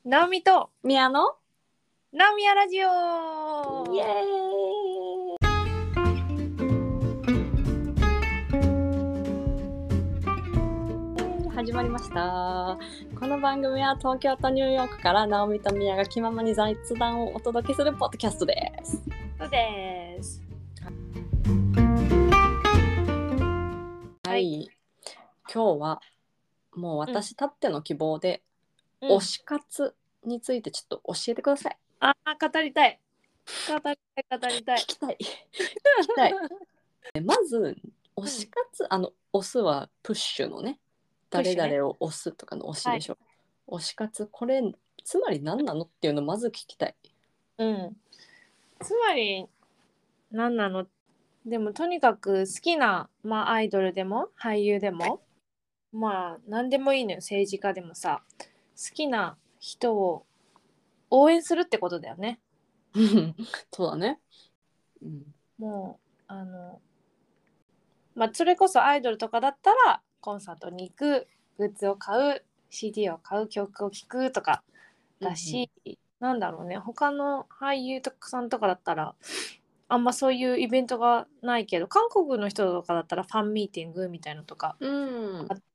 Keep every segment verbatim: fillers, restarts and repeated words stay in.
ナオミと宮野ナオミヤラジオイエーイ始まりました。この番組は東京とニューヨークからナオミと宮が気ままに雑談をお届けするポッドキャストです。 そうです。 はい、 はい、 今日はもう私たっての希望で、うん、推し活についてちょっと教えてください。 あー、語りたい語りたい語りたい聞きたい聞きたいまず推し活、うん、あの推すはプッシュのね、誰々を推すとかの推しでしょ、はい、推し活、これつまり何なのっていうのをまず聞きたい。 うん、つまり何なの。でもとにかく好きな、まあ、アイドルでも俳優でもまあ何でもいいのよ。政治家でもさ、好きな人を応援するってことだよね。 そうだね、うん、 もうあのまあそれこそアイドルとかだったらコンサートに行く、グッズを買う、 シーディー を買う、曲を聴くとかだし、うんうん、なんだろうね、他の俳優とかさんとかだったらあんまそういうイベントがないけど、韓国の人とかだったらファンミーティングみたいなのとかあった、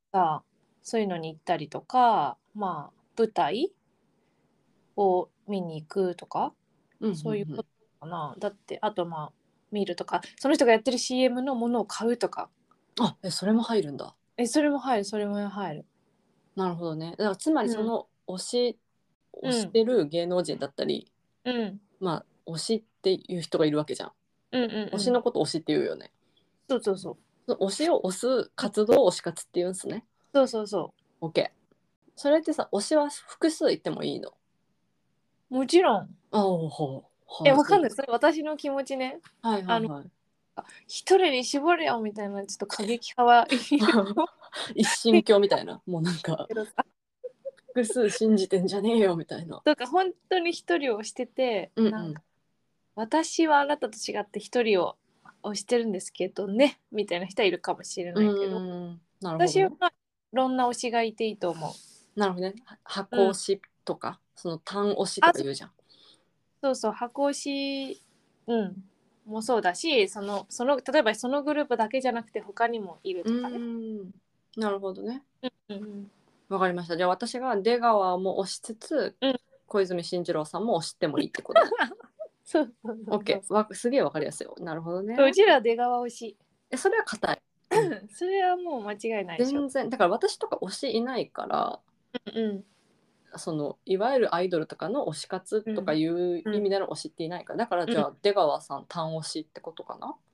そういうのに行ったりとか、まあ舞台を見に行くとか、うんうんうん、そういうことかな。だってあとまあ見るとか、その人がやってる シーエム のものを買うとか。 あ、え、それも入るんだ。 え、それも入る、それも入る。 なるほどね。だからつまりその推し、うん、推してる芸能人だったり、うん、まあ推しっていう人がいるわけじゃん。うんうんうん、推しのこと推しって言うよね。 そうそうそう。 その推しを推す活動を推し活って言うんですね。 そうそうそう。 OK。それってさ、推しは複数言ってもいいの？ もちろん。 あおほえ、わかんない。それ私の気持ちね。 はいはいはい。 一人に絞れよみたいな、ちょっと過激派はいる一神教みたいな、もうなんか複数信じてんじゃねえよみたいな。 だから本当に一人を推してて、うんうん、なんか私はあなたと違って一人を推してるんですけどねみたいな人はいるかもしれないけど、 うん、なるほどね、 私はいろんな推しがいていいと思う。 なるほどね。箱推しとか、うん、その単推しとか言うじゃん。 そうそう、箱推し、うんもそうだし、そのその例えばそのグループだけじゃなくて他にもいるとかね。うん、 なるほどね。 うんうん、 わかりました。じゃあ私が出川も推しつつ、うん、小泉進次郎さんも推してもいいってこと。 そうそうそうそう。 OK。わすげえわかりやすいよ。なるほどね。 うちら出川推し。 え、それは硬い。 それはもう間違いないでしょ。 全然。だから私とか推しいないから、うんうん、そのいわゆるアイドルとかの推し活とかいう意味での推しっていないから、だからじゃあ、うん、出川さん単推しってことかな。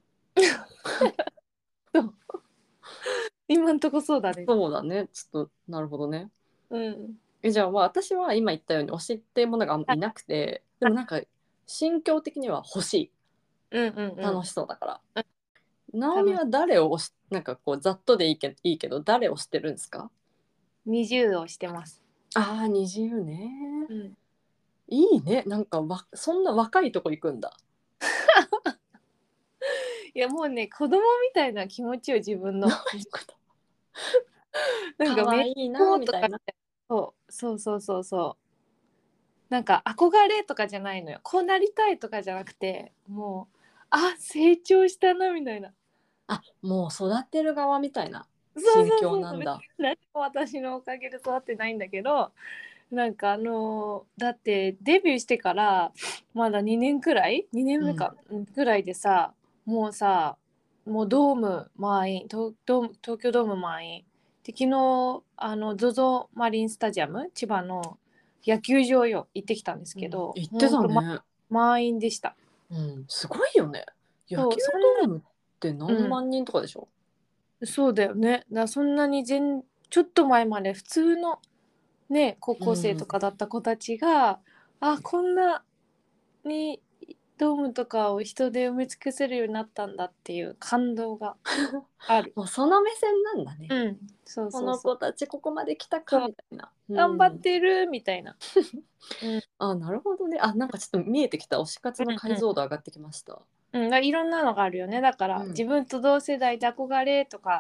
そう今んとこそうだね。 そうだね。ちょっとなるほどね。 うん、 えじゃあ、まあ、私は今言ったように推しっていうものがあんまいなくて、でもなんか心境的には欲しい、うんうんうん、楽しそうだから。直美は誰を推し、なんかこうざっとでいいけど、いいけど誰を推してるんですか？ にじゅうをしてます。 ああ、にじゅうね、うん、いいね。なんかわそんな若いとこ行くんだ。 いやもうね、子供みたいな気持ちよ、自分の。なんかめっちゃいいなみたいな。そうそうそうそうそう。なんか憧れとかじゃないのよ。こうなりたいとかじゃなくて、もうあ成長したなみたいな。 あ、もう育てる側みたいな心境なんだ。 そうそうそうそう。何も私のおかげで育ってないんだけど、なんかあのー、だってデビューしてからまだにねんくらいにねんめか、うん、くらいでさ、もうさ、もうドーム満員、東、ドーム東京ドーム満員で、昨日あの ゾゾ マリンスタジアム、千葉の野球場よ行ってきたんですけど、 うん、行ってたね、 ま、満員でした。 うん、すごいよね。野球ドームって何万人とかでしょ。 うん、そうだよね。だからそんなに全ちょっと前まで普通のね、高校生とかだった子たちが、うん、あこんなにドームとかを人で埋め尽くせるようになったんだっていう感動がある。 もうその目線なんだね。 うん、そうそうそう。 この子たちここまで来たかみたいな。 頑張ってるみたいな。 うん、あ、なるほどね。あ、なんかちょっと見えてきた。推し活の解像度上がってきました。 うん、うん、いろんなのがあるよね。だから、うん、自分と同世代で憧れとか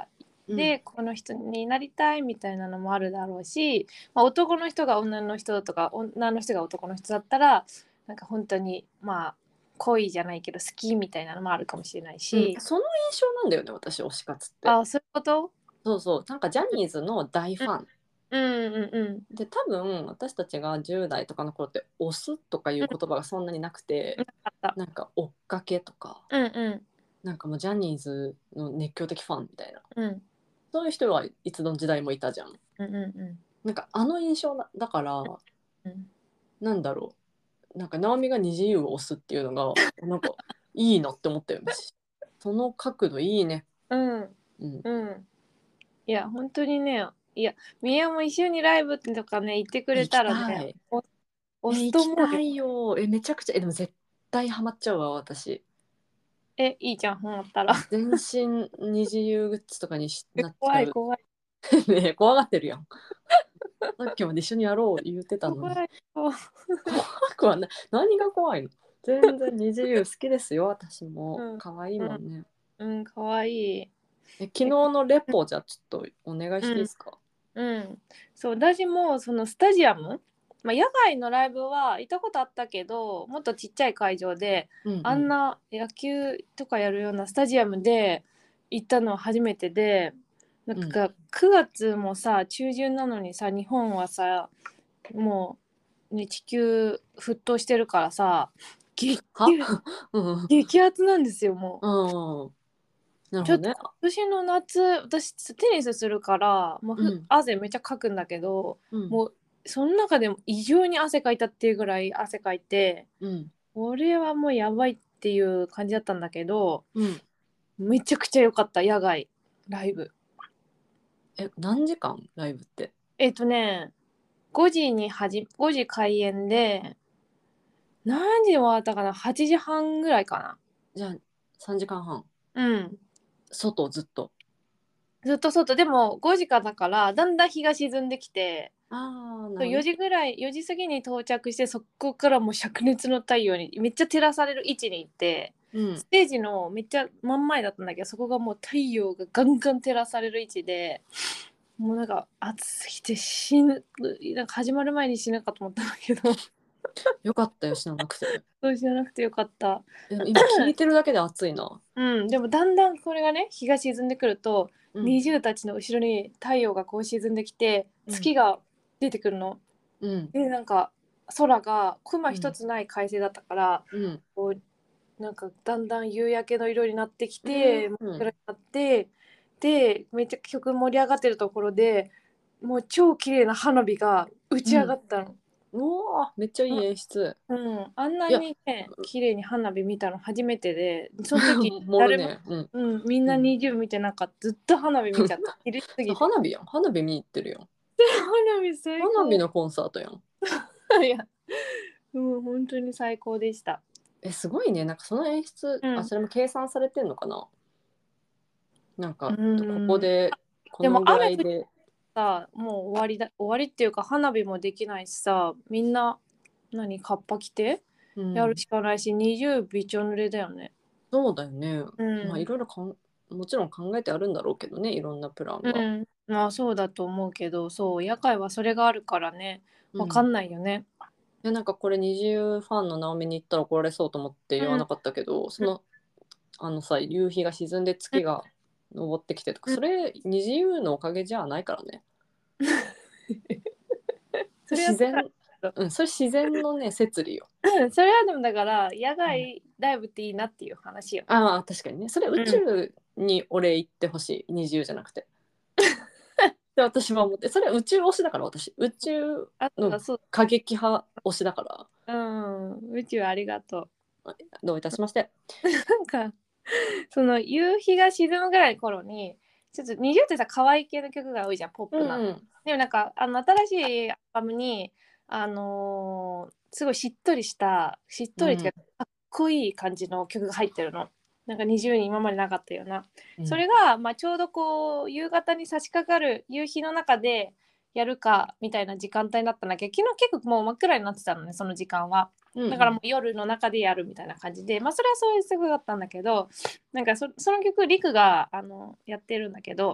でこの人になりたいみたいなのもあるだろうし、まあ、男の人が女の人とか女の人が男の人だったらなんか本当にまあ恋じゃないけど好きみたいなのもあるかもしれないうん、 し、 その印象なんだよね私推し活って。 あ、そういうこと。 そうそう、なんかジャニーズの大ファンうんうんうんで、多分私たちがじゅう代とかの頃って推すとかいううん言葉がそんなになくて、 なかった。 なんか追っかけとか、 うんうんなんかもうジャニーズの熱狂的ファンみたいな、 うんそういう人はいつの時代もいたじゃん。 うんうんなんかあの印象だだからうんなんだろう、なんか直美が二次優を推すっていうのがなんかいいなって思ったよね。その角度いいね。 うんうんうん。いや本当にね、いや宮も一緒にライブとかね行ってくれ行きたらね、 たい。 おえ、 押す行と思うよ。 きたいよ。え、めちゃくちゃ、え、でも絶対ハマっちゃうわ、私。 え、いいじゃん、ハマったら。 全身二次優グッズとかにしえなっちゃう。 怖い怖いねえ、怖がってるやん。さっきまで一緒にやろう言ってたのに。 怖い怖い。 怖くはない。何が怖いの？全然二次優好きですよ、私も。 うん可愛いもんね。 うん可愛いい。 え、昨日のレポじゃあちょっとお願いしていいですか？ うんそう私もそのスタジアム、まあ、野外のライブは行ったことあったけどもっとちっちゃい会場でうんうん。 あんな野球とかやるようなスタジアムで行ったのは初めてで、なんかくがつもさ中旬なのにさ日本はさもう、ね、地球沸騰してるからさ激はうん。 激アツなんですよもうん。なう。ちょっとるほどね。 今年の夏私テニスするからもうふ、 うん汗めっちゃかくんだけど、 うんもうその中でも異常に汗かいたっていうぐらい汗かいて、 うんこれはもうやばいっていう感じだったんだけど、 うん。 めちゃくちゃ良かった野外ライブ。 え、何時間ライブって？ えっとねごじに始ごじ開演で何時に終わったかな、はちじはんぐらいかじゃあさんじかんはん。 な。うん、 外ずっと。 ずっと外でもごじからだからだんだん日が沈んできて、 ああ、なるほど 4 ね。 時ぐらいよじ過ぎに到着して、そこからもう灼熱の太陽にめっちゃ照らされる位置に行って、 うんステージのめっちゃ真ん前だったんだけど、そこがもう太陽がガンガン照らされる位置で、もうなんか暑すぎて死ぬ、なんか始まる前に死ぬかと思ったんだけどよかったよ、死ななくて。 そうじゃなくてよかった。 でも今聞いてるだけで暑いな。 うん、でもだんだんこれがね日が沈んでくると、 うんにじゅうたちの後ろに太陽がこう沈んできてうん月が出てくるの、 うんでなんか空が雲一つない快晴だったから、 うんこうなんかだんだん夕焼けの色になってきて、真っうん。 暗になって、でめっちゃ曲盛り上がってるところでもう超綺麗な花火が打ち上がったの。 うわーめっちゃいい演出。 うん、あんないや、 にね綺麗に花火見たの初めてで、その時誰も、 盛るね。うん。 うん、みんなにじゅう見てなかった、ずっと花火見ちゃった綺麗すぎて。 花火やん。花火見に行ってるやん。 花火最花高。 火のコンサートやん。 いやもう本当に最高でした。 え、すごいね。なんかその演出、あ、 うん、 それも計算されてんのかな。なんうかここん、 でこでものぐら雨降っていで。 さもう終わりだ終わりっていうか花火もできないしさ、みんな何カッパ着てやるうん。 しかないし、にじゅうびちょ濡れだよね。 そうだよね。まあいうんろいろかんもちろん考えてあるんだろうけどね、いろんなプランが。 うん、まあそうだと思うけど、そう野外はそれがあるからね、 うん。 わかんないよね。 でなんかこれ二重ファンの直美に言ったら怒られそうと思ってうん言わなかったけど、そのあのさ夕日が沈んで月が昇ってきてとか、 うんそれ二次優のおかげじゃないからね。そそれはそうだれ自然、うん、それ自然のね摂理よ。 けどそれはでもだから野外ライブっていいなっていう話よ。 ああ確かにね。それ宇うん、 宙に俺行ってほしい、二重じゃなくて。で私は思って、それは宇宙推しだから私宇宙あとのはそう過激派推しだから。 うん、宇宙ありがとどういたしまして。 う。なんかその夕日が沈むぐらいの頃にちょっとにじゅうってさ可愛い系の曲が多いじゃん、ポップな。 うんうんでもなんかあの新しいアルバムにあのーすごいしっとりしたしっとりっていうかかっこいい感じの曲が入ってるの。なんかにじゅうに今までなかったような。 うんそれが、まあ、ちょうどこう夕方に差し掛かる夕日の中でやるかみたいな時間帯だったんだけど、昨日結構もう真っ暗になってたのね、その時間は。 うんうんだからもう夜の中でやるみたいな感じで、まあそれはそういうすぐだったんだけど、なんか そ, その曲リクがあのやってるんだけど、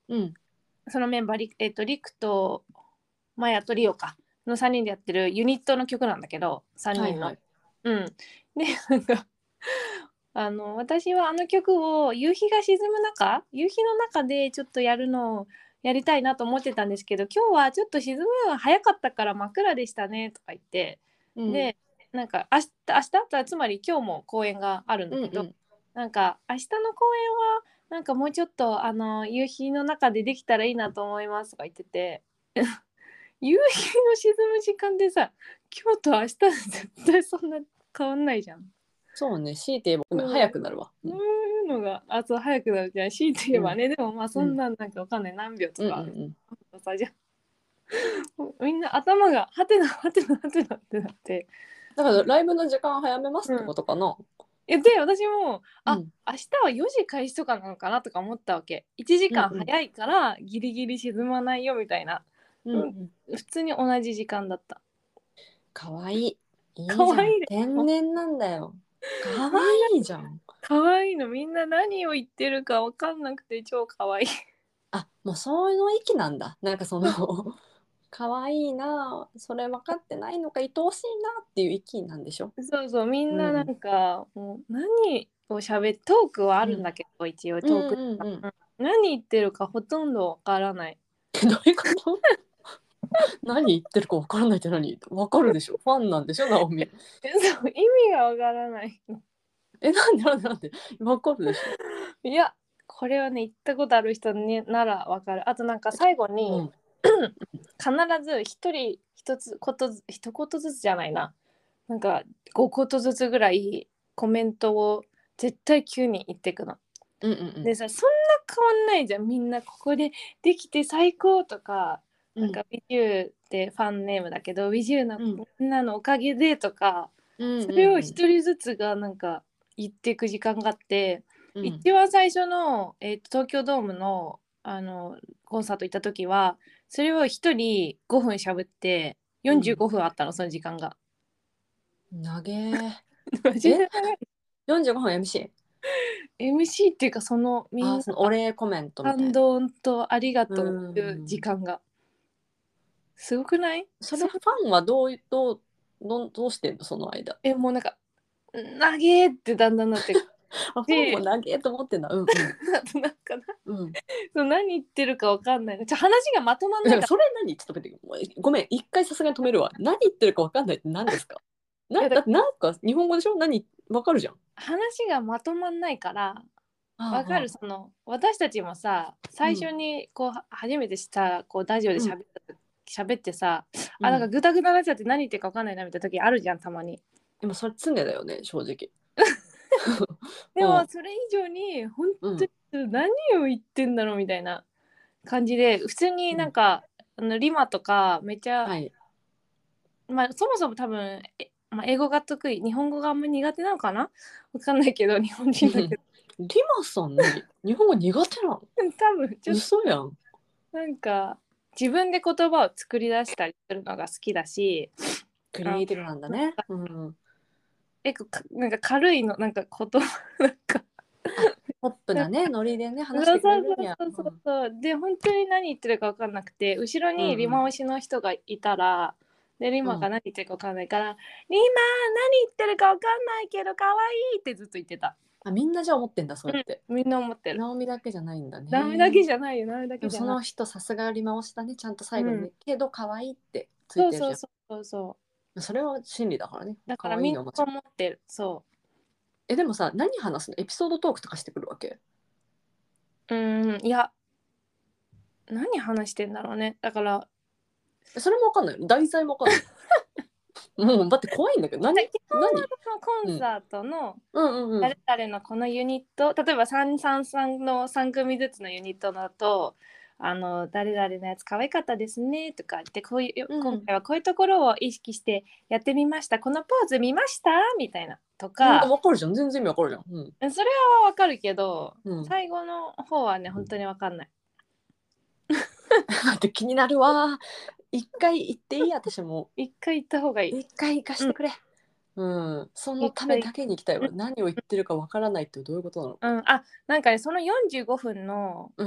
うん、 そのメンバーリ、えっと、リクとマヤとリオかのさんにんでやってるユニットの曲なんだけど、さんにんの。 はいはい。 うん。で、なんか、あの、私はあの曲を夕日が沈む中、夕日の中でちょっとやるのをやりたいなと思ってたんですけど、今日はちょっと沈むのが早かったから真っ暗でしたねとか言って、 うん、 で、なんか明日、明日つまり今日も公演があるんだけど、 うんうん。 なんか明日の公演はなんかもうちょっとあの夕日の中でできたらいいなと思いますとか言ってて、夕日の沈む時間でさ、今日と明日絶対そんな変わんないじゃん。 そうね、強いて言えば、ごめん、 そう、 早くなるわ。うん、 そういうのが、あ、そう、早くなるじゃん。強いて言えうん、 ばね、でもまあうん、 そんなんなんかわかんない。何秒とうん、うか。 ん。 さじゃん。みんな頭がハテナハテナハテナってなって。 だからライブの時間早めますってうん。 ことかな。 え、で、私も、あ、 うん、 明日はよじ開始とかなのかなとか思ったわけ。いちじかんうんうん、 早いからギリギリ沈まないよみたいな。うん、 うんうん。 普通に同じ時間だった。 かわいい。いいじゃん。 かわいいで天も。 然なんだよ。かわみんないいじゃん。 かわいいの。みんな何を言ってるかわかんなくて超かわいい。 あ、もうそういうの域なんだ。なんかそのかわいいな、それ分かってないのか、愛おしいなっていう域なんでしょ。 そうそう、みんななうん。 んか、もう何を喋っ、トークはあうん。 るんだけど、一応うんトーク、 うんうん。 うん、何言ってるかほとんどわからない。 どういうこと？何言ってるか分からないって何？分かるでしょ。ファンなんでしょ、ナオミ。 えそう、意味がわからない。 え、なんでなんでなんで分かるでしょ。 いや、これはね、言ったことある人にならわかる。あとなんか最後に、 うん。 必ず一人一つことず、一言ずつじゃないな。なんかごことずつぐらいコメントを絶対急に言ってくの。 うんうんでさ、そんな変わんないじゃん。みんなここでできて最高とか、 うん。 なんか WiziU ってファンネームだけど、WiziU のうんみんなのおかげでとか、 うんそれをうん一人ずつがなんか言っていく時間があって、 うん。 一番最初の、えーと、東京ドームの、あのコンサート行った時は、それを一人ごふん喋って45 うん。 分あったの、その時間が。 長え。 マジえ、 で長い。 よんじゅうごふん エムシー？ エムシー っていうか、そのみんあー、 なそのお礼コメントみたいな。 感動とありがうとうっていう時ん。 間が。すごくない？そそれファンはどうどうどうどうしてんのその間。 え、もうなんか、長えってだんだんなってくあ、ファンもし、 長えと思ってんだ。うんうん。 あとなんかな、 うん。 そう何言ってるかわかんないの。ちょ、話がまとまんないから。 だからそれ何、ちょっと待って、もうごめん、一回さすがに止めるわ。何言ってるか分かんないって何ですか？な、 いやだだってなんか日本語でしょ？何、分かるじゃん。 話がまとまんないから、わかる、 ああ、 その私たちもさ、最初うん、 にこう初めてさ、こうラジオでうん、 喋った喋ってさ、あ、なんかうん。 グダグダになっちゃって何言ってるかわかんないなみたいな時あるじゃん、たまに。 でもそれ常だよね、正直。 でうん、 もそれ以上に本うん、 当に何を言ってんだろうみたいな感じで、普通にうん。 なんかあのリマとかめっちゃ、 はい。 まあ、そもそも多分え、まあ、英語が得意、日本語があんまり苦手なのかな、わかんないけど、日本人だけど、 リマさん何日本語苦手なの？ 多分ちょっと嘘やん。 なんか自分で言葉を作り出したりするのが好きだし、あ、 クリエイティブなんだね。うん。 結構かなんか軽いの、なんか言葉なんか、 あ、ポップなね、ノリでね、 そう話してくそうそうれるんや。 そうそううん。 そうで、本当に何言ってるか分かんなくて、後ろにリうんうん。 マ推しの人がいたら、でリうん。 マが何言ってるか分かんないから「リマ何言ってるか分かんないけど可愛いってずっと言ってた。 あ、みんなじゃあ思ってんだ、そうやうん、 って。 みんな思ってる。 ナオミだけじゃないんだダメだけね。 じゃないよ、ダメだでもけじゃない。 その人さすがリマ推しだね。ちゃんと最後にうん、 ね。けど可愛いってついてるじゃん。 そうそうそうそうそう。 それは真理だからね。可だからみんな愛いのはもちろん。 思ってる。そえ、でもさ、何話すの？エピソードトークとかしてくるわけ？ う。うん、いや、何話してんだろうね。だからえ、それもわかんないの？題材もわかんないの？もうだって怖いんだけど、何基本は何？ そのコうん。 ンサートのうんうんうん。 誰々のこのユニット、例えばさんさんさんのさん組ずつのユニットだと、あの誰々のやつ可愛かったですねとか言って、こういううん。 今回はこういうところを意識してやってみました、このポーズ見ましたみたいなとうん、 か、 わかるじゃん。全然意味わかるじゃん。うん。 それはわかるけど、 うん。 最後の方はね本当にわかんない。 待って、気になるわ。一回行っていい？私も。 一回行った方がいい。 一回行かしうん、 てくれ。うん。その一回。 ためだけに行きたいわ。何を言ってるかわからないってどういうことなのか。 うん、あ、なんかね、そのよんじゅうごふんのうん。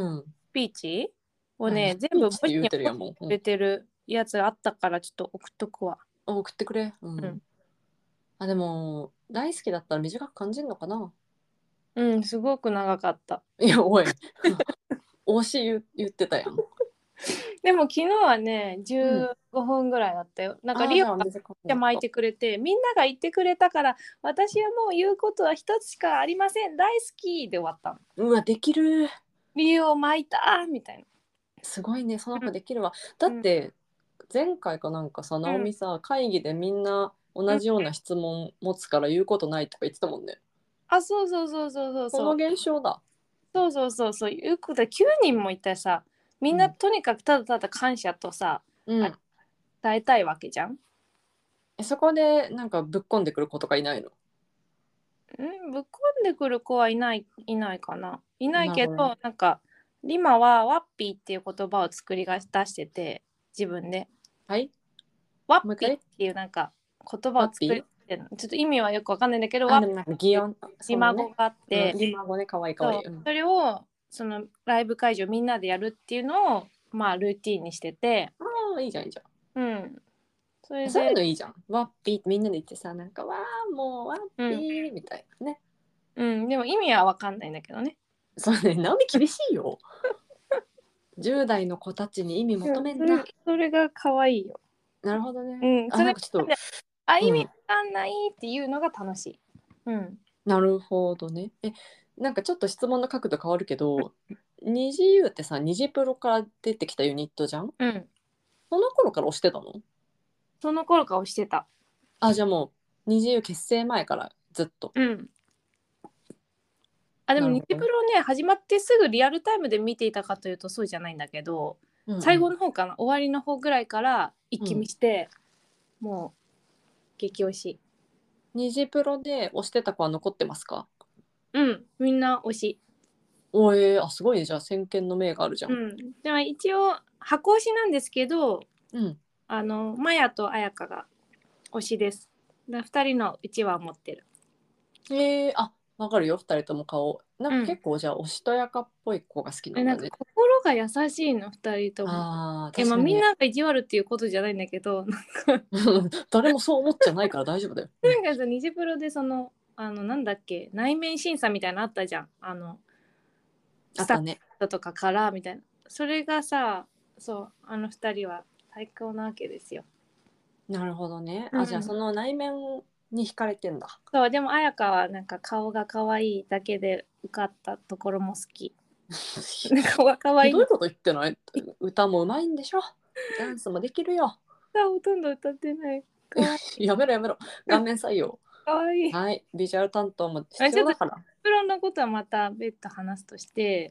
ピーチをね、全部文字に送ってくれてるやつあったからちょっと送っとくわ。 送ってくれ。うん。うん、あ、でも大好きだったら短く感じるのかな。 うん、すごく長かった。 いや、おい。推し 言, 言ってたやん。 でも昨日はね、じゅうごふんぐらいだったよ。うん、なんかリオがめっちゃ巻いてくれて、みんなが言ってくれたから、私はもう言うことは一つしかありません。大好きで終わったの。うわ、できる。 リオ巻いたみたいな。 すごいね、その子できるわ。うん、だって、前回かなんかさ、直美さ、うん、会議でみんな同じような質問持つから言うことないとか言ってたもんね。 あ、そうそうそうそうそうそう。 この現象だ。 そうそうそうそう。いうことできゅうにんもいたさ、みんなとにかくただただ感謝とさ、うん、伝えたいわけじゃん。 え、そこでなんかぶっこんでくる子とかいないの？ んぶっこんでくる子はいないいないかな。いないけど、な、なんかリマはワッピーっていう言葉を作り出してて、自分で。 はい。 ワッピーっていうなんか言葉を作り出してるの。ちょっと意味はよくわかんないんだけど、ワッピーっていうリマ語があって、 リマ語ね、かわいいかわいい。 それをそのライブ会場みんなでやるっていうのをまあルーティーンにしてて。 ああ、いいじゃんいいじゃん。 うん。それでそういうのいいじゃん。ワッピーってみんなで言ってさ、なんかわーもうワッピーみたいなね。 うん、うん、でも意味はわかんないんだけどね。 そうね、直美厳しいよ。じゅう代の子たちに意味求めんな。 それが可愛いよ。 なるほどね。 うん、それなんかちょっとあ、意味わかんないっていうのが楽しい。うん。 なるほどね。え、なんかちょっと質問の角度変わるけど、にじゆうってさ、にじプロから出てきたユニットじゃん？ うん。 その頃から推してたの？ その頃から推してた。 あ、じゃあもうにじゆう結成前からずっと。 うん。あ、でもニジプロね、始まってすぐリアルタイムで見ていたかというとそうじゃないんだけど、うんうん、最後の方かな、終わりの方ぐらいから一気見して、うん、もう激推し。 ニジプロで推してた子は残ってますか？ うん、みんな推し。 おえー、あ、すごいね。じゃあ先見の明があるじゃん。 うん、でも一応箱推しなんですけど、 うん、 あのマヤと綾香が推しです。だふたりのうちわを持ってる。 えー、あ、わかるよ、ふたりとも顔。なんか結構じゃあおしとやかっぽい子が好きなんだね。 なんか心が優しいのふたりとも。 あ、 確かに。みんなが意地悪っていうことじゃないんだけど、なんか誰もそう思っちゃないから大丈夫だよ。 なんかさ、ニジプロでそのあのなんだっけ、内面審査みたいなのあったじゃん。あのスタッフとかからみたいな。それがさ、そうあのふたりは最高なわけですよ。 なるほどね。あ、うん、じゃあその内面に惹かれてんだ。 そう、でも綾香はなんか顔が可愛いだけで受かったところも好き。顔が可愛い。 どういうこと言ってない？歌もうまいんでしょ。ダンスもできるよ。 歌ほとんど歌ってない。 やめろやめろ。顔面採用。 可愛い。 はい、ビジュアル担当も必要だから。 プロのことはまた別途話すとして、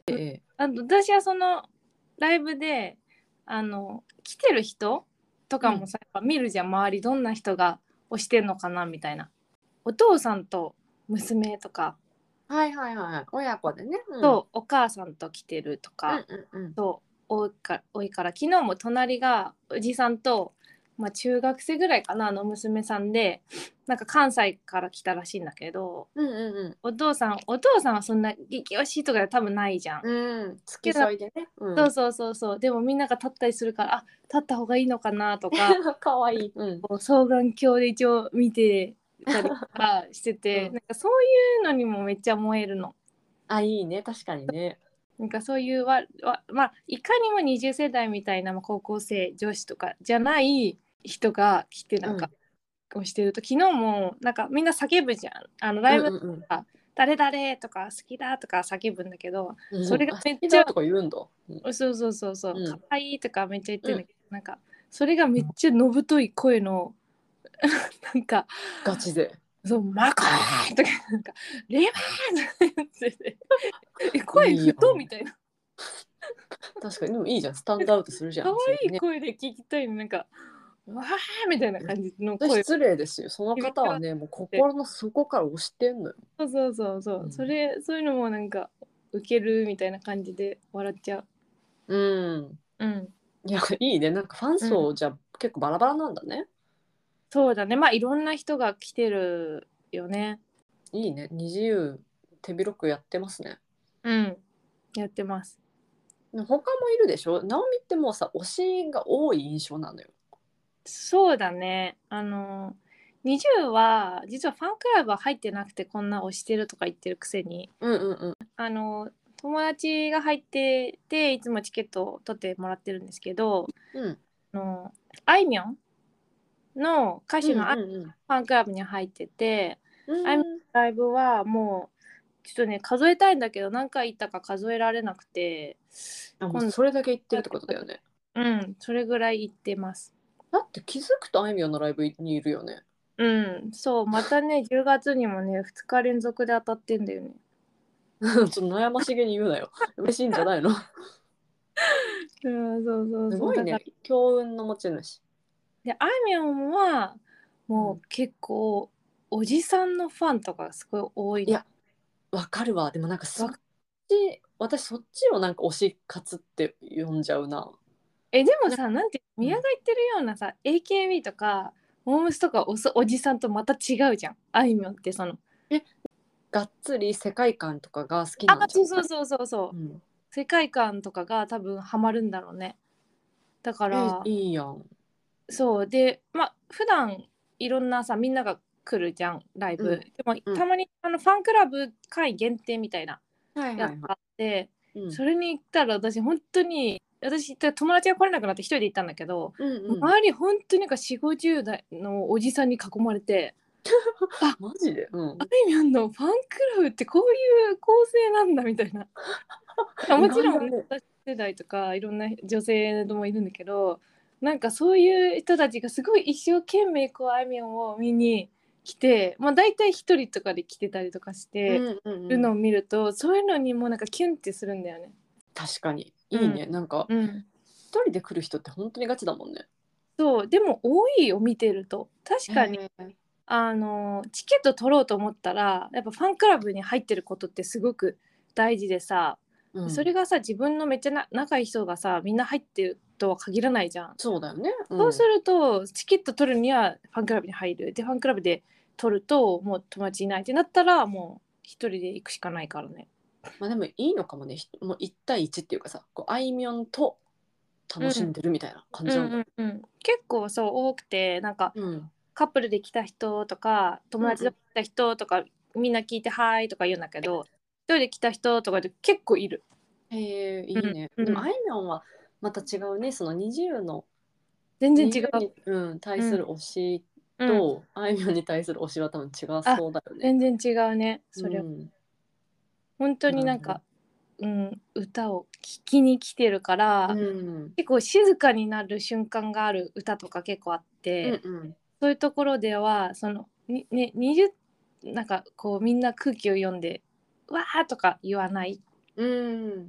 ええ、あと私はそのライブであの来てる人とかもさ、うん、やっぱ見るじゃん、周りどんな人が推してんのかなみたいな。お父さんと娘とか、 はいはいはい、親子でね、 うん、とお母さんと来てるとか、うんうんうん、と多いか多いから、昨日も隣がおじさんと、まあ、中学生ぐらいかな、あの娘さんで、なんか関西から来たらしいんだけど、うんうんうん、お父さんお父さんはそんな激推しとか多分ないじゃん。 うん、付き添いでね、 うん、そうそうそうそう。でもみんなが立ったりするから、あ、立った方がいいのかなとかかわいい、うん、 双眼鏡で一応見てたりとかしてて、うん、なんかそういうのにもめっちゃ燃えるの。 あ、いいね、確かにね。 なんかそういうわわ、まあ、いかにもにじゅう世代みたいな高校生女子とかじゃない人が来てなんか、うん、をしてると、昨日もなんかみんな叫ぶじゃん、あのライブとか、うんうんうん、誰々とか好きだとか叫ぶんだけど、うん、それがめっちゃとか言うんだ、 うん、そうそうそうそう、かわいいとかめっちゃ言ってるんだけど、うん、なんかそれがめっちゃのぶとい声のなんかガチで、 そうマカーとかなんかレバーってえ声太みたいな。 確かに、でもいいじゃん、スタンドアウトするじゃん。 可愛い声で聞きたいの、なんかわーみたいな感じの声。 失礼ですよ、その方はね、もう心の底から推してんのよ。 そうそうそうそう、うん、それそういうのもなんかウケるみたいな感じで笑っちゃう。うんうん。 いや、いいね、なんかファン層、うん、じゃ結構バラバラなんだね。 そうだね、まあいろんな人が来てるよね。 いいね、にじゆう手広くやってますね。 うん、やってます。 他もいるでしょ。直美ってもうさ推しが多い印象なのよ。 そうだね。あのにじゅうは実はファンクラブは入ってなくてこんな推してるとか言ってるくせに、 うんうんうん。 あの友達が入ってていつもチケットを取ってもらってるんですけど、 うん、 あのあいみょんの歌手のあいみょんうんうんファンクラブに入ってて、 うん。 あいみょんのうん。 ライブはもうちょっとね数えたいんだけど何回行ったか数えられなくて、 あ、もう今度それだけ言ってるってことだよね。 うんそれぐらい行ってます。 だって気づくとあいみょんのライブにいるよね。 うん、そう、またね、じゅうがつにもね、ふつか連続で当たってんだよね。 ちょっと悩ましげに言うなよ。嬉しいんじゃないの。 うん、そうそうそう。 すごいね。 だから、 強運の持ち主。 で、あいみょんは、もうんう結構、おじさんのファンとかがすごい多いの。 いや、わかるわ。でもなんかそっわち、私そっちをなんか推し活って呼んじゃうな。 え、でもなさ、なんて、 うん、 宮が言ってるようなさ、エーケービー とか、モームスとかおそおじさんとまた違うじゃん。あいみょんってその、 え、がっつり世界観とかが好きあ、 なんじゃそうそうそうそうそう。 ん。うん、 世界観とかが多分ハマるんだろうね。だかえ、 ら、 いいやん。 そうで、まあ普段いろんなさみんなが来るじゃんライブ。 うん、 でもうん。 たまにあのファンクラブ会限定みたいなはいはいはい。 やつがあって、 うん、 それに行ったら私本当に私友達が来れなくなって一人で行ったんだけど、 うんうん。 周り本当になんかよんじゅう、ごじゅう代のおじさんに囲まれて、あ、 マジで、うあん。 いみょんのファンクラブってこういう構成なんだみたいな。 意もちろんね、 外だね。 私世代とかいろんな女性もいるんだけど、なんかそういう人たちがすごい一生懸命こうあいみょんを見に来て、まあ大体一人とかで来てたりとかしてうんうんうん。 るのを見ると、そういうのにもなんかキュンってするんだよね。 確かに。 うん。 いいね。なんか、 うん。 一人で来る人って本当にガチだもんね。 そう、でも多いよ見てると。確へかにえ。 あのチケット取ろうと思ったらやっぱファンクラブに入ってることってすごく大事でさ、 うん。 それがさ自分のめっちゃな仲いい人がさみんな入ってるとは限らないじゃん。 そうだよね。うん。 そうするとチケット取るにはファンクラブに入るでファンクラブで取るともう友達いないってなったらもう一人で行くしかないからね。 まあでもいいのかもね。ひもういち対いちっていうかさ、こうあいみょんと楽しんうんでるみたいな感うんじなんだ。 うんうん、結構そう多くてなんかうん。 カップルで来た人とか友うんうん。 達で来た人とかみんな聞いて「はーい」とか言うんだけど、一人で来た人とかで結構いる。 へえ、 うんいいね。でもあうん、 いみょんはまた違うね。そのにじゅうの、 全然違にじゅうう。 に、うん、対うんする推しうん、 とあいみょんに対する推しは多分違うあ、 そうだよね。 全然違うねそれは。 うん。 本当になるほど。 なんか、うん、歌を聴きに来てるかうらん。 結構静かになる瞬間がある歌とか結構あっうんて、 うん。 そういうところではそのに、ね、にじゅうなんかこうみんな空気を読んでわーとか言わない、 うん。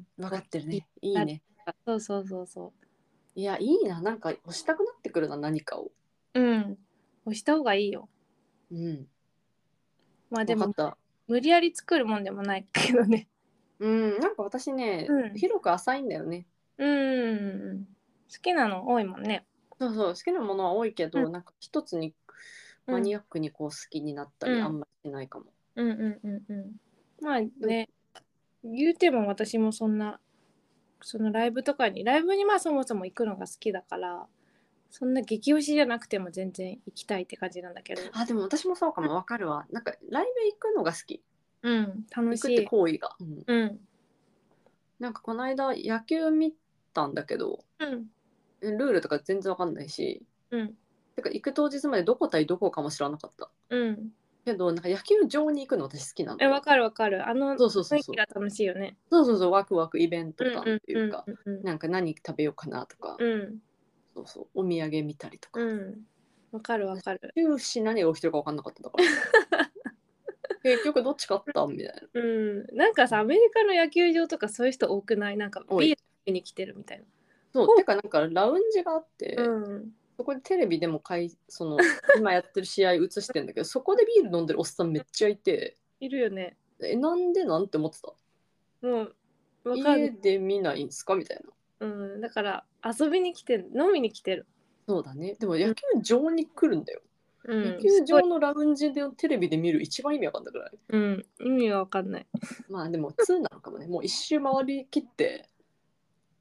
分かこう聞いってるね。いいたりね。 とか、そうそうそうそいや、いいな。なんか押したくなってくるな、何かを。 う、うん押した方がいいよ。 うん。 まあでも分かった。 無理やり作るもんでもないけどね。 うん。なんか私ね、 うん広く浅いんだよね。 うん好きなの多いもんね。 そうそう。好きなものは多いけど、 うんなんか一つにうんマニアックにこう好きになったうんりあんまりしないかも。 うんうんうんうんまあうんね、言うても私もそんなそのライブとかにライブにまあそもそも行くのが好きだからそんな激推しじゃなくても全然行きたいって感じなんだけど。 あ、でも私もそうかも。わかるわ。なんかライブ行くのが好き。 うん楽行くってしい。 行為が。うん。 うんなんかこの間野球見たんだけど、 うんルールとか全然わかんないし、 うんてか行く当日までどこ対どこかも知らなかった。 うんけど、なんか野球場に行くの私好きなのよ。 えわかるわかる、あのそうそうそうそう。 雰囲気が楽しいよね。 そうそうそう、ワクワクイベンうんト感うんうんというか、 うんなんか何食べようかなとか、 うんそうそう、お土産見たりとか。 うんわかるわかる。 終始何が起きてるか分かんなかっただから。結局どっち勝ったみたいな。 うん、なんかさアメリカの野球場とかそういう人多くない？なんか多い。 ビールに来てるみたいな。 そう、 ほてかなんかラウンジがあっう、 て、 ん、 そこでテレビでもかいその今やってる試合映してんだけど、そこでビール飲んでるおっさんめっちゃいて、 いるよね。 え、なんでなんて思ってた。 もうわかる。 家で見ないんですかみたいな。 うん、だから遊びに来てる、飲みに来てる。 そうだね。でも野うん、 球場に来るんだよ。野うん、すごい。 球場のラウンジでテレビで見る一番意味わかんなくない？ うん、意味がわかんない。 まあでもになのかもね。もう一周回りきって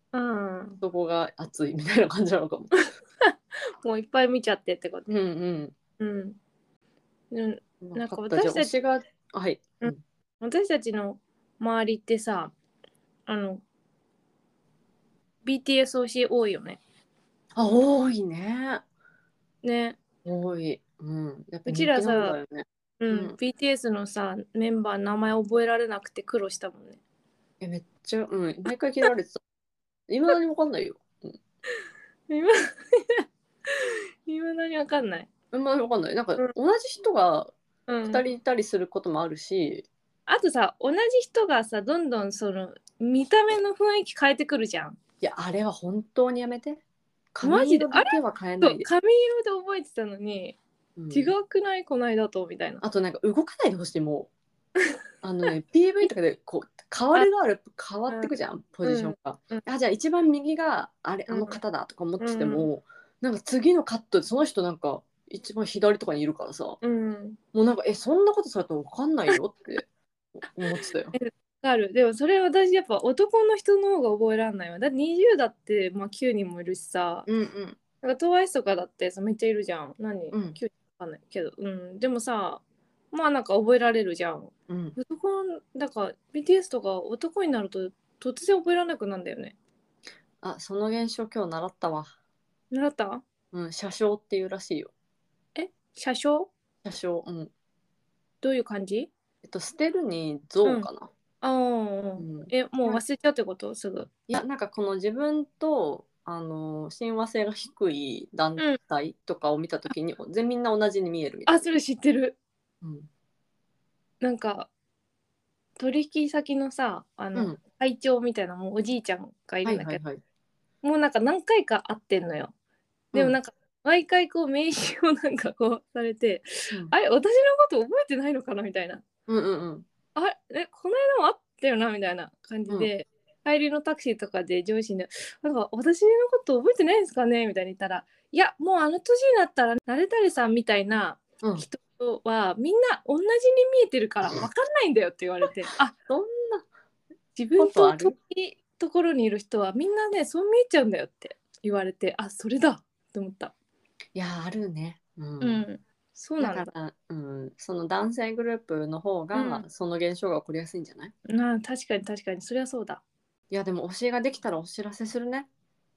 うん。 そこが熱いみたいな感じなのかも。 もういっぱい見ちゃってってこと。 うんうん。 うん。うん、なんか分かった。じゃあ私たち、 推しが、はい。 うん、 うん。 私たちの周りってさ、あの、ビーティーエス 推し多いよね。 あ、多いね。 ね。 多い。うん。やっぱうち人気なんだらさ、 よね。 うん、 うん。 ビーティーエス のさ、メンバー名前覚えられなくて苦労したもんね。 え、めっちゃ、うん。毎回切られてた。いまだに分かんないよ。うん。 今、今何わかんない。 いまだに分かんない。なんかうん。 同じ人がうん。 ふたりいたりすることもあるし、 あとさ、同じ人がさ、どんどんその、見た目の雰囲気変えてくるじゃん。 いや、あれは本当にやめて。髪マジで、あれ色だけは変えなそう、 いで。 髪色で覚えてたのに、違うん。 くないこないだと、みたいな。 あとなんか動かないでほしい、もう。あのね、ピーブイ とかでこう変わあ、 る変わる変わっうん、 てくじゃん、ポジうん、 ションが。 うん、 あ、じゃあ一番右があれ、あうん、 の方だとか思っててうん、 も、なんか次のカットでその人なんか一番左とかにいるからさ、もうん。 うなんかえ、そんなことされたら分かんないよって思ってたよ。 え、わかる。でもそれ私やっぱ男の人の方が覚えらんないわ。だってにじゅうだって、まあ、きゅうにんもいるしさ、 うんうんなんか トゥワイス とかだってさめっちゃいるじゃん。何うん ?きゅう わかんないけど。うん。でもさ、まあなんか覚えられるじゃん。 うん。 男の、だから ビーティーエス とか男になると突然覚えられなくなるんだよね。 あ、その現象今日習ったわ。 習った？ うん、車掌っていうらしいよ。 え、車掌？ 車掌、うん。 どういう感じ？ えっと、捨てるにうん。 像かな。 ああ。 うん。 え、もうな忘れちゃうってことすぐ。 いや、なんかこの自分と、あの、親和性が低い団うん。 体とかを見たときに、全みんな同じに見えるみたあ、 いな。 それ知ってる。 うん。 なんか、取引先のさ、あの、 うん。 会長みたいなもうおじいちゃんがいはるんだけど、 いはいはい。 もうなんか何回か会ってんのよ。 うん。 でもなんか、毎回こう名刺をなんかこうされて、 うん。 あれ、私のこと覚えてないのかなみたいな。 うんうんうん。 あれ、え、この間も会ったよなみたいな感うん。 じで、帰りのタクシーとかで上司に、なんか私のこと覚えてないんですかねみたいに言ったら、いや、もうあの年になったら、慣れたりさんみたいなうん。 人はみんな同じに見えてるから分かんないんだよって言われて、あ、 そんな自こ分と遠とある？ いところにいる人はみんなね、そう見えちゃうんだよって言われて、あ、それだって思った。 いや、あるね。うん。 うん、そうなんだ。 だから、うん、その男性グループの方うん、 が、その現象が起こりやすいんじゃない？ なあ、確かに確かに、それはそうだ。 いや、でも推しができたらお知らせするね。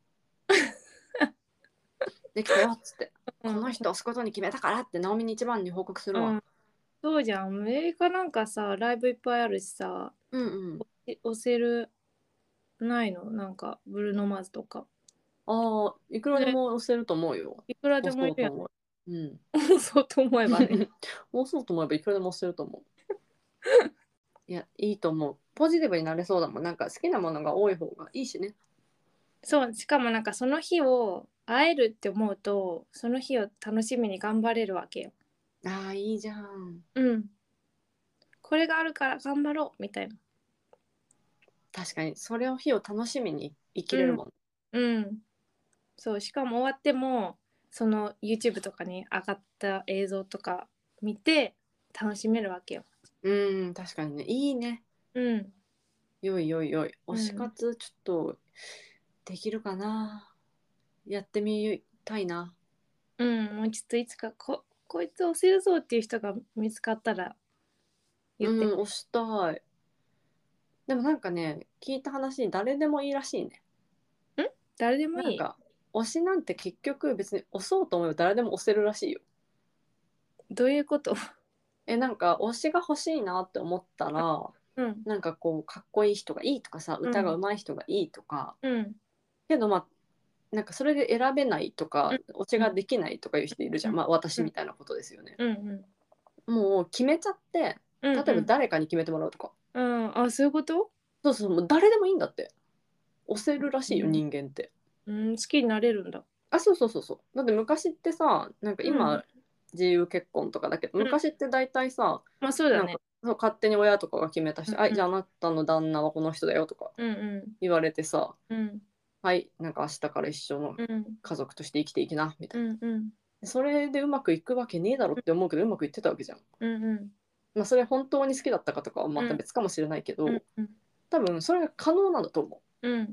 できたよっつって。 うん、 この人押すことに決めたからって直美に一番に報告するわ。 うん、そうじゃん。アメリカなんかさ、ライブいっぱいあるしさ、 うんうん。 え押せる、ないのなんか、ブルーノマーズとか。 ああ、いくらでね、 も押せると思うよ。 いくらで押もいるやん。 そうと思う。うん。 そうと思えばね。 押そうと思えばいくらでも押せると思う。いや、いいと思う。ポジティブになれそうだもん。なんか好きなものが多い方がいいしね。 そう、しかもなんかその日を会えるって思うと、その日を楽しみに頑張れるわけよ。 ああ、いいじゃん。 うん。これがあるから頑張ろうみたいな。 確かに、それを日を楽しみに生きれうん。 るもん。 うん。そう、しかも終わっても、その YouTube とかに上がった映像とか見て楽しめるわけよ。 うん、確かにね。いいね。 うん。 よいよいよい。推しうん。 活ちょっとできるかな。やってみたいな。 うん。もうちょっといつかこ、こいつ押せるぞっていう人が見つかったら言って。 うん、推したい。でもなんかね、聞いた話に誰でもいいらしいね。 ん誰でもいい？ なんか、推しなんて結局別に押そうと思えば誰でも押せるらしいよ。 どういうこと？ え、なんか推しが欲しいなって思ったら、 うん。 なんかこう、かっこいい人がいいとかさ、歌がうん。 上手い人がいいとか、 うん。 けどまあ、なんかそれで選べないとか、 うん。 推しができないとかいう人いるじゃん。 うん。 まあ私うん。 みたいなことですよね。 うん。 もう決めちゃって、 うん。 例えばうん。 誰かに決めてもらうとか。 うん。あ、そういうこと？ そうそう、もう誰でもいいんだって。押せるらしいよ、 うん。 人間って。 うん、好きになれるんだ。 あ、そうそうそうそう。だって昔ってさ、なんかうん。 今、自由結婚とかだけど、 うん。 昔って大体さ、 まあそうだなんかね。 そう勝手に親とかが決めた人、はい、 うん。 じゃああなたの旦那はこの人だよとかうん。 言われてさ、 うん。 はい、なんか明日から一緒のうん。 家族として生きていきな、みたいうん。うん。 な。それでうまくいくわけねえだろって思うけど、うまくいってたわけじゃん。 うん。うん。 まあ、それ本当に好きだったかとかはまうん。 た別かもしれないけうん。 ど、 うん。 多分それが可能なんだと思うん。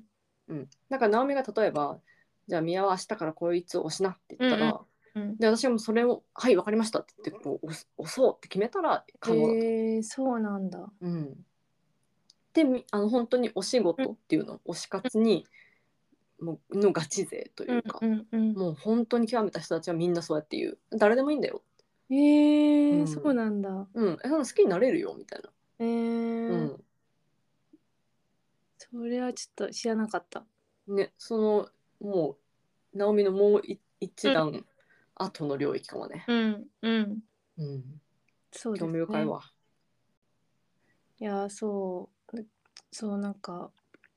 うん、なんか直美が例えばじゃあ宮は明日からこいつを押しなって言ったら、 うんうん、 で私もそれをはい分かりましたって言ってこう押す押そうって決めたら可能だと。 えー、そうなんだ。 うん、でみあの本当にお仕うん事っていうの推し活にもうのガチ勢とうんいうか、 うんうん。 もう本当に極めた人たちはみんなそうやって言う。誰でもいいんだよ。 えー、 うんそうなんだ。 うん、えその好きになれるよみたいな。 えー、 うんそれはちょっと知らなかった。 ね、そのもう直美のもうい一うん段後の領域かもね。 うんうん。 うん、 そう興ですね。 味深いわ。 いや、そう、そうなんか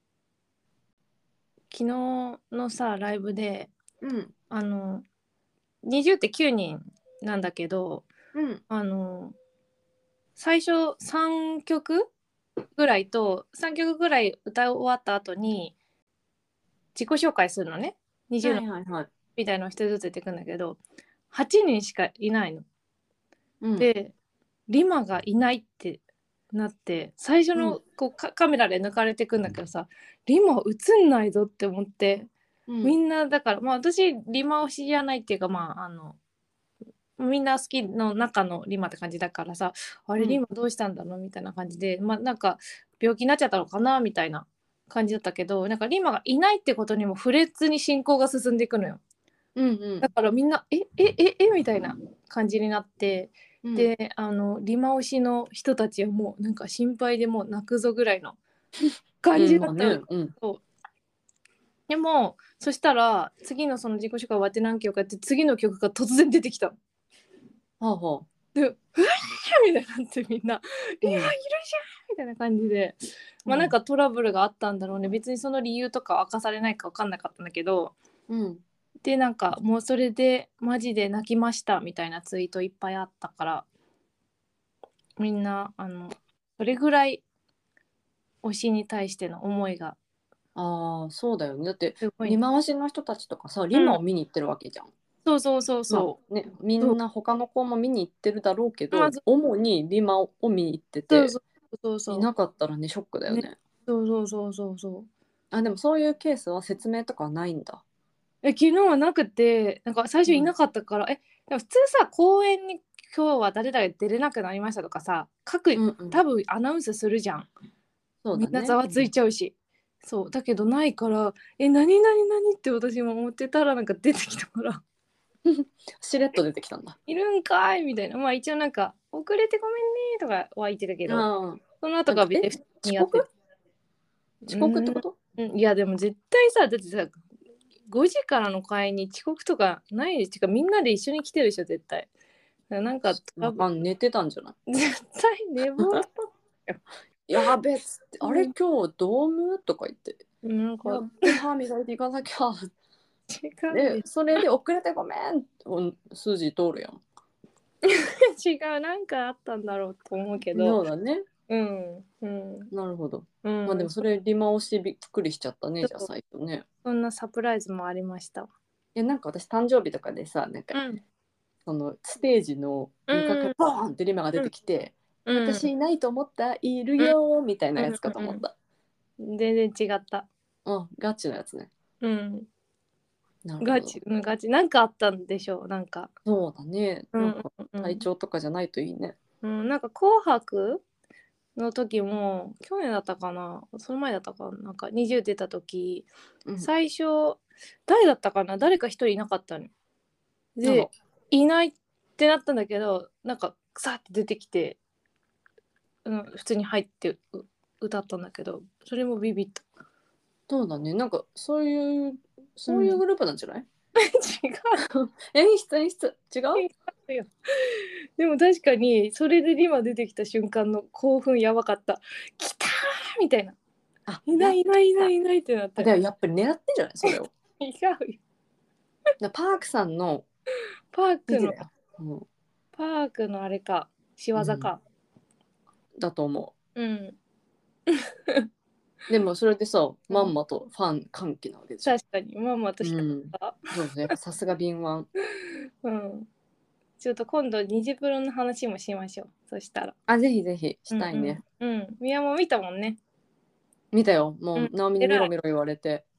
昨日のさライブでうんあのにじゅうってきゅうにんなんだけど、 うんあの最初さんきょくぐらいとさんきょくぐらい歌い終わった後に自己紹介するのね。にじゅうはのいはいはい。 みたいなのをひとりずつ言っていくんだけどはちにんしかいないの。 うんでリマがいないってなって最初うんのこうカカメラで抜かれていくんだけどさリマ映んないぞって思って、 うんみんなだからまあ私リマ推しじゃないっていうかまああのみんな好きの中のリマって感じだからさあれリうんマどうしたんだろうみたいな感じでまあなんか病気になっちゃったのかなみたいな感じだったけどなんかリマがいないってことにも触れずに進行が進んでいくのよ。 うんうんだからみんなええええみたいな感じになって、 うんであのリマ推しの人たちはもうなんか心配でもう泣くぞぐらいの感うんまあじだったの。 ねうんそうでもそしたら次のその自己紹介終わって何曲かやって次の曲が突然出てきたの。 はあはあでうわーみたいになってみんな「リマいるじゃん!」みたいな感じで、まあなんかトラブルがあったんだろうね。別にその理由とか明かされないか分かんなかったんだけど、 うんでなんかもうそれでマジで泣きましたみたいなツイートいっぱいあったから、みんなあのそれぐらい推しに対しての思いがああそうだよね。だってすごい。 リマ推しの人たちとかさリうん、 マを見に行ってるわけじゃん。 そうそうそうまそあねみう。そうんな他の子も見に行ってるだろうけまあ、 ど主にリマを見に行っててそうそうそうそいなかったらねショックだうね。 よね。 そうそうそうそうそう。 あでもそういうケースは説明とかはないんだ。 え昨日はなくてなんか最初いなかったから、えでも普通さ公演に今日は誰々出れなくなりましたとかさ各うんうん多分アナウンスするじゃん。みんなざそうだね。 わついちゃうし、そうだけどないからえ何何何って私も思ってたらなんか出てきたからしれっと出てきたんだ。 いるんかいみたいな。まあ一応なんか遅れてごめんねとかは言ってたけどあその後あえが別に普通にやってて、 遅刻遅刻ってこと？ うん、いやでも絶対さだってさごじからの会に遅刻とかないでしかみんなで一緒に来てるでしょ絶対。なんか多分わかん寝てたんじゃない？ 絶対寝坊やべっつってあれうん今日ドームとか言ってなんかやっべ歯磨いていかなきゃ違うででそれで遅れてごめんお数字通るやん。 違うなんかあったんだろうと思うけどそうだね。 うんうんなるほど。まあでうんもそれリマ押しびっくりしちゃったねじゃあそう最初ね。 そんなサプライズもありました。 いやなんか私誕生日とかでさなんかうんそのステージの床からうんボーンってリマが出てきて、 うん私いないと思ったいるうんよみたいなやつかとうん思った。 うん全然違った。 うんガチのやつね。 うんなるほど。 ガチうんガチなんかあったんでしょうなんか。 そうだね。 うんなんかうん体調とかじゃないといいね。 うん、なんか「紅白」の時も去年だったかなその前だったかななんかにじゅう出た時うん。 最初誰だったかな誰か一人いなかったの。 あらでいないってなったんだけどなんかさって出てきて、うん、普通に入ってう歌ったんだけどそれもビビった。 そうだね。なんかそういうそういうグループなんじゃない？ 違う演出演出違う？ 違うよ。でも確かにそれでリマ出てきた瞬間の興奮やばかった。来たーみたいな。 あいないいないいないいないってなってあでもやっぱり狙ってんじゃないそれを。 違うよ。 だパークさんのパークの指示だよ。うんパークのあれか仕業か。 だと思うん、 う。でもそれでさまんまとファン歓喜なわけでしょ。 確かにママとしてうん。 た。 そうそうやっぱさすが敏腕。 うん。ちょっと今度ニジプロの話もしましょう。そしたら。 あぜひぜひしたいね。 うんうん。うん。宮も見たもんね。 見たよ。 うん。 もう直美にメ偉い。 ロメロ言われて。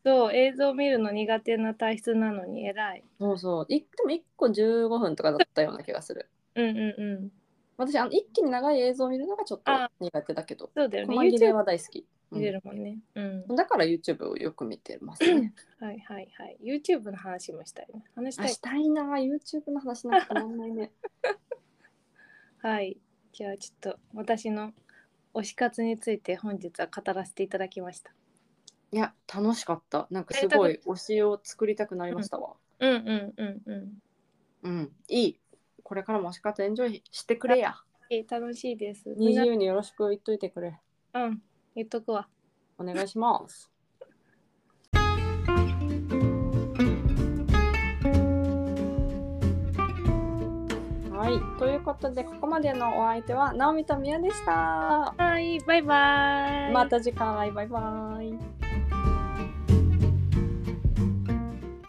そう映像見るの苦手な体質なのに偉い。 そうそういでもいっこじゅうごふんとかだったような気がする。 うんうんうん。 私あの一気に長い映像を見るのがちょっと苦手だけど、 そうだよね。 細切れは大好き。 見れるもんね。うん。 だから YouTube をよく見てますね。 はいはいはい。YouTube の話もしたいね。話したい。 したいな。YouTube の話なんか止まんないね。 はい。じゃあちょっと私の推し活について本日は語らせていただきました。 いや楽しかった。なんかすごい推しを作りたくなりましたわ。 うんうんうんうん。 うんいい。これからも推し活エンジョイしてくれや。 楽しいです。 にじゅうによろしく言っといてくれ。 うん、言っとくわ。 お願いします。はい、ということでここまでのお相手はナオミとミヤでした。 はい、バイバイ。 また次回、バイバイ。